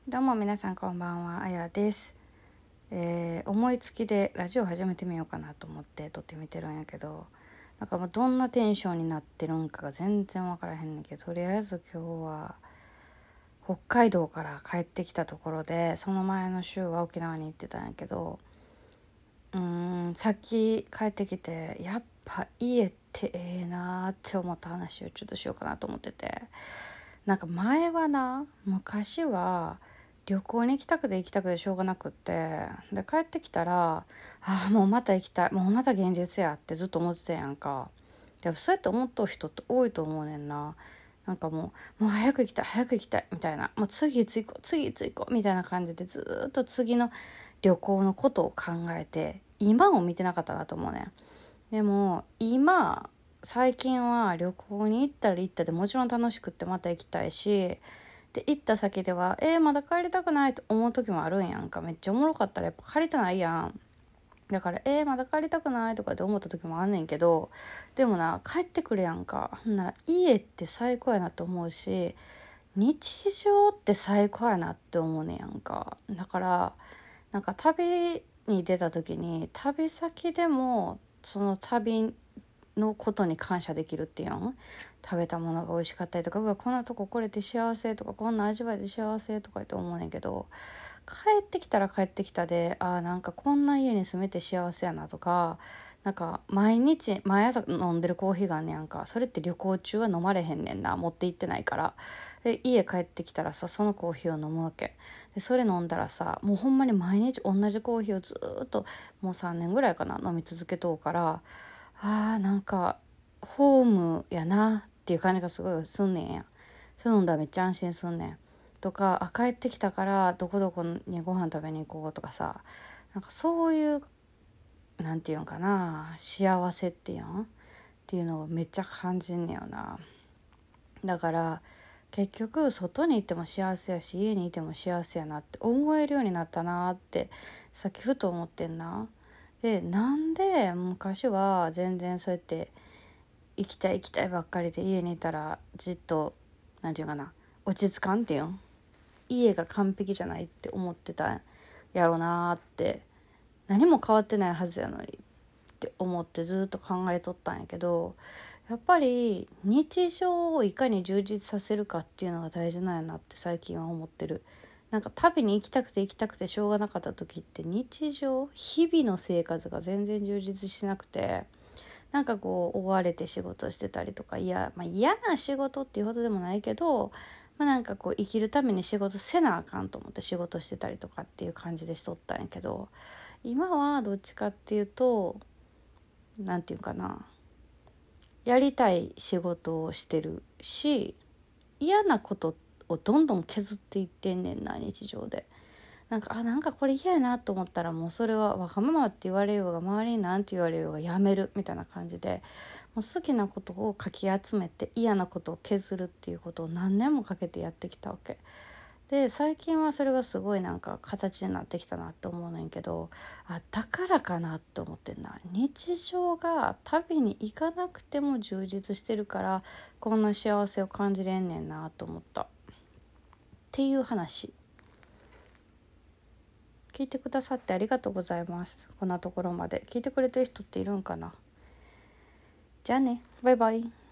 どうも皆さんこんばんは、あやです。思いつきでラジオ始めてみようかなと思って撮ってみてるんやけど、なんかもうどんなテンションになってるんかが全然分からへんねんけど、とりあえず今日は北海道から帰ってきたところで、その前の週は沖縄に行ってたんやけど、さっき帰ってきてやっぱ家ってええなって思った話をちょっとしようかなと思ってて、なんか前は昔は旅行に行きたくて行きたくてしょうがなくって、で帰ってきたらもうまた行きたい、もうまた現実やってずっと思ってたやんか。でもそうやって思っとる人って多いと思うねんな。なんかもう早く行きたい早く行きたいみたいな、もう次いつ行こう次いつ行こうみたいな感じでずっと次の旅行のことを考えて今を見てなかったなと思うねん。でも今最近は旅行に行ったら行ったでもちろん楽しくってまた行きたいし、で行った先ではまだ帰りたくないと思う時もあるんやんか。めっちゃおもろかったらやっぱ帰りたないやん。だからまだ帰りたくないとかって思った時もあんねんけど、でも帰ってくるやんか。ほんなら家って最高やなと思うし、日常って最高やなって思うねやんか。だからなんか旅に出た時に旅先でもその旅のことに感謝できるっていうの、食べたものが美味しかったりとか、こんなとこ来れて幸せとか、こんな味わいで幸せとかって思うねんけど、帰ってきたら帰ってきたでなんかこんな家に住めて幸せやなとか、なんか毎朝飲んでるコーヒーがあんねやんか。それって旅行中は飲まれへんねんな、持って行ってないから。で家帰ってきたらさ、そのコーヒーを飲むわけで、それ飲んだらさ、もうほんまに毎日同じコーヒーをずっともう3年ぐらいかな飲み続けとうから、なんかホームやなっていう感じがすごいすんねんや。そういうのだめっちゃ安心すんねん。とか帰ってきたからどこどこにご飯食べに行こうとかさ、なんかそういうなんていうんかな、幸せっていうのをめっちゃ感じんねよな。だから結局外に行っても幸せやし家にいても幸せやなって思えるようになったなってさっきふと思ってんな。でなんで昔は全然そうやって行きたい行きたいばっかりで家にいたらじっとなんていうかな、落ち着かんっていうん、家が完璧じゃないって思ってたんやろなって、何も変わってないはずやのにって思ってずっと考えとったんやけど、やっぱり日常をいかに充実させるかっていうのが大事なんやなって最近は思ってる。なんか旅に行きたくて行きたくてしょうがなかった時って日々の生活が全然充実しなくて、なんかこう追われて仕事してたりとか、嫌な仕事っていうほどでもないけど、なんかこう生きるために仕事せなあかんと思って仕事してたりとかっていう感じでしとったんやけど、今はどっちかっていうとなんていうかな、やりたい仕事をしてるし、嫌なことをどんどん削っていってんねんな日常で。なんかこれ嫌やなと思ったらもうそれはわがままって言われようが周りに何て言われようがやめるみたいな感じで、もう好きなことをかき集めて嫌なことを削るっていうことを何年もかけてやってきたわけで、最近はそれがすごいなんか形になってきたなって思うねんけど、だからかなって思ってんな。日常が旅に行かなくても充実してるからこんな幸せを感じれんねんなと思ったっていう話。聞いてくださってありがとうございます。こんなところまで聞いてくれてる人っているんかな。じゃあね、バイバイ。